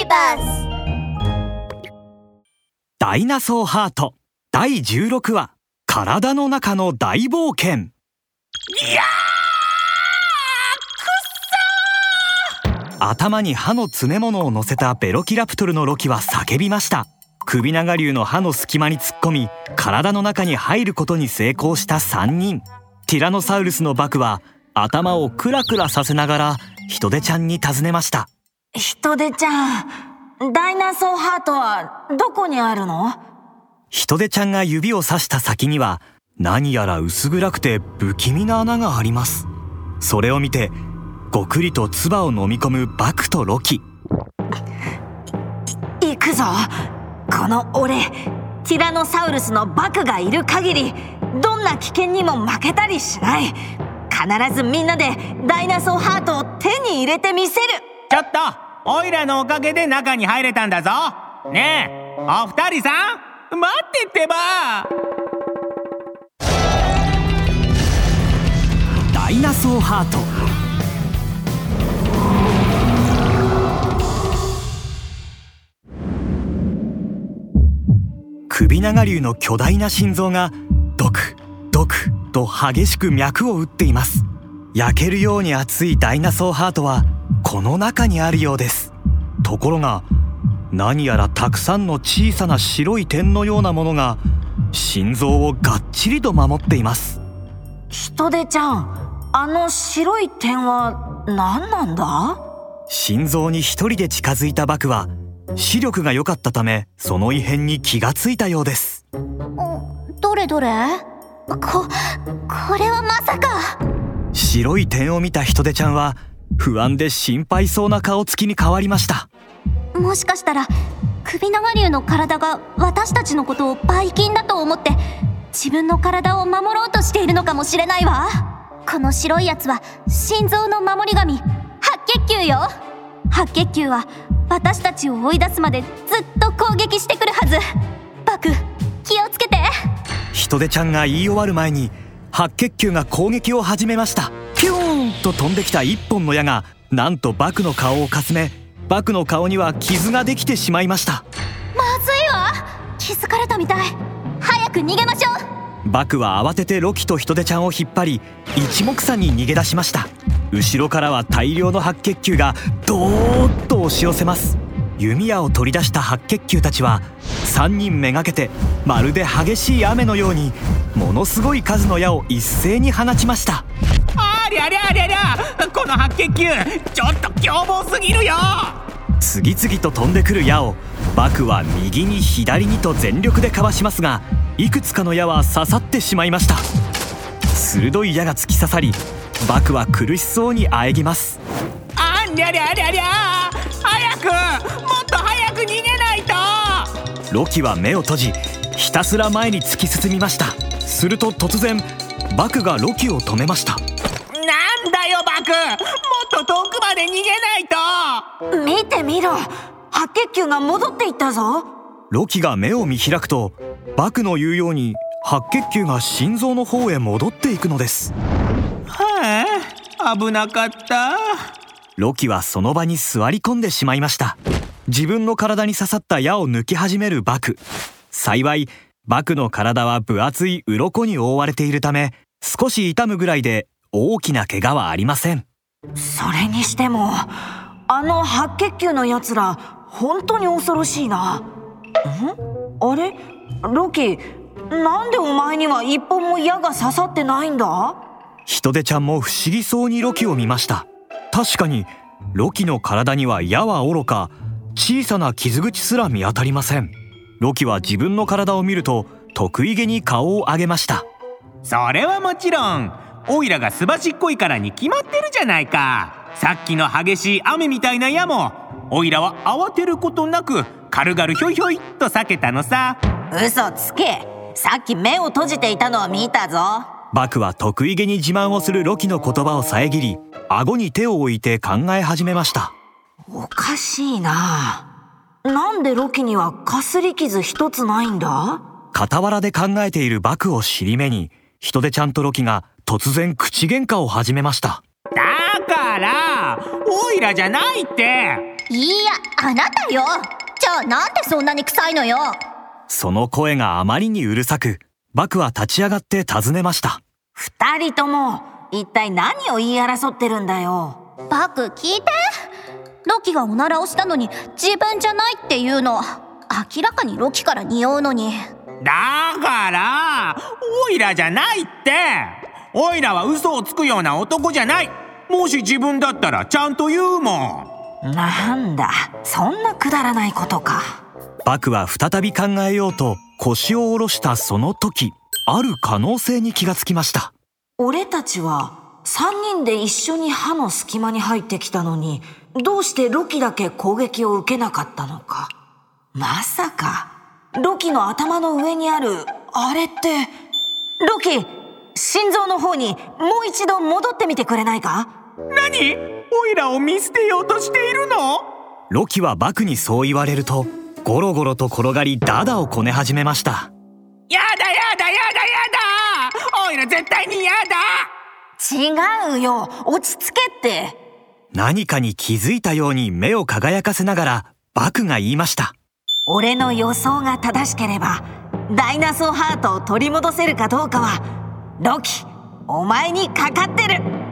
ビバスダイナソーハート第16話体の中の大冒険。 いや頭に歯の詰め物を乗せたベロキラプトルのロキは叫びました。首長竜の歯の隙間に突っ込み体の中に入ることに成功した3人。ティラノサウルスのバクは頭をクラクラさせながらヒトデちゃんに尋ねました。 ヒトデちゃん、ダイナソーハートはどこにあるの？ ヒトデちゃんが指をさした先には何やら薄暗くて不気味な穴があります。それを見てごくりと唾を飲み込むバクとロキ。 行くぞ。この俺ティラノサウルスのバクがいる限りどんな危険にも負けたりしない。必ずみんなでダイナソーハートを手に入れてみせる。 ちょっとオイラのおかげで中に入れたんだぞ。ねえお二人さん待ってってば。 ダイナソーハート。首長竜の巨大な心臓がドクドクと激しく脈を打っています。焼けるように熱いダイナソーハートはこの中にあるようです。ところが何やらたくさんの小さな白い点のようなものが心臓をがっちりと守っています。 ヒトデちゃん、あの白い点は何なんだ？ 心臓に一人で近づいたバクは視力が良かったためその異変に気がついたようです。 どれどれ？これはまさか。 白い点を見たヒトデちゃんは不安で心配そうな顔つきに変わりました。 もしかしたら首長竜の体が私たちのことをばい菌だと思って自分の体を守ろうとしているのかもしれないわ。この白いやつは心臓の守り神、白血球よ。白血球は私たちを追い出すまでずっと攻撃してくるはず。バク、気をつけて。 ヒトデちゃんが言い終わる前に白血球が攻撃を始めました。ピューンと飛んできた一本の矢がなんとバクの顔をかすめ、バクの顔には傷ができてしまいました。 まずいわ。気づかれたみたい。早く逃げましょう。 バクは慌ててロキとヒトデちゃんを引っ張り一目散に逃げ出しました。後ろからは大量の白血球がドーッと押し寄せます。弓矢を取り出した白血球たちは3人めがけてまるで激しい雨のようにものすごい数の矢を一斉に放ちました。 ありゃりゃりゃりゃ、この白血球ちょっと凶暴すぎるよ。 次々と飛んでくる矢をバクは右に左にと全力でかわしますが、いくつかの矢は刺さってしまいました。鋭い矢が突き刺さりバクは苦しそうにあえぎます。 ありゃりゃりゃりゃ、早くもっと早く逃げないと。 ロキは目を閉じひたすら前に突き進みました。すると突然バクがロキを止めました。 なんだよバク、もっと遠くまで逃げないと。 見てみろ、白血球が戻っていったぞ。 ロキが目を見開くとバクの言うように白血球が心臓の方へ戻っていくのです。 はあ、危なかった。 ロキはその場に座り込んでしまいました。自分の体に刺さった矢を抜き始めるバク。幸いバクの体は分厚い鱗に覆われているため少し痛むぐらいで大きな怪我はありません。 それにしてもあの白血球のやつら本当に恐ろしいな。あれロキ、なんでお前には一本も矢が刺さってないんだ？ ヒトデちゃんも不思議そうにロキを見ました。確かにロキの体には矢はおろか小さな傷口すら見当たりません。ロキは自分の体を見ると得意げに顔を上げました。 それはもちろんオイラがすばしっこいからに決まってるじゃないか。さっきの激しい雨みたいな矢もオイラは慌てることなく軽々ひょいひょいっと避けたのさ。 嘘つけ、さっき目を閉じていたのを見たぞ。 バクは得意げに自慢をするロキの言葉を遮り顎に手を置いて考え始めました。 おかしいな。なんでロキにはかすり傷一つないんだ？ 傍らで考えているバクを尻目にヒトデちゃんとロキが突然口喧嘩を始めました。 だからオイラじゃないって。 いや、あなたよ。じゃあなんでそんなに臭いのよ。 その声があまりにうるさく、バクは立ち上がって尋ねました。 二人とも一体何を言い争ってるんだよ。 バク聞いて。ロキがおならをしたのに自分じゃないっていうの。明らかにロキから匂うのに。 だからオイラじゃないって。オイラは嘘をつくような男じゃない。もし自分だったらちゃんと言うもん。 なんだ、そんなくだらないことか。 バクは再び考えようと腰を下ろしたその時、ある可能性に気がつきました。 俺たちは3人で一緒に歯の隙間に入ってきたのに、どうしてロキだけ攻撃を受けなかったのか。まさかロキの頭の上にあるあれって。ロキ、心臓の方にもう一度戻ってみてくれないか。 何？オイラを見捨てようとしているの？ ロキはバクにそう言われると、ゴロゴロと転がりダダをこね始めました。 やだやだやだやだ、オイラ絶対にやだ。 違うよ、落ち着けって。 何かに気づいたように目を輝かせながらバクが言いました。 俺の予想が正しければ、ダイナソーハートを取り戻せるかどうかはロキ、お前にかかってる。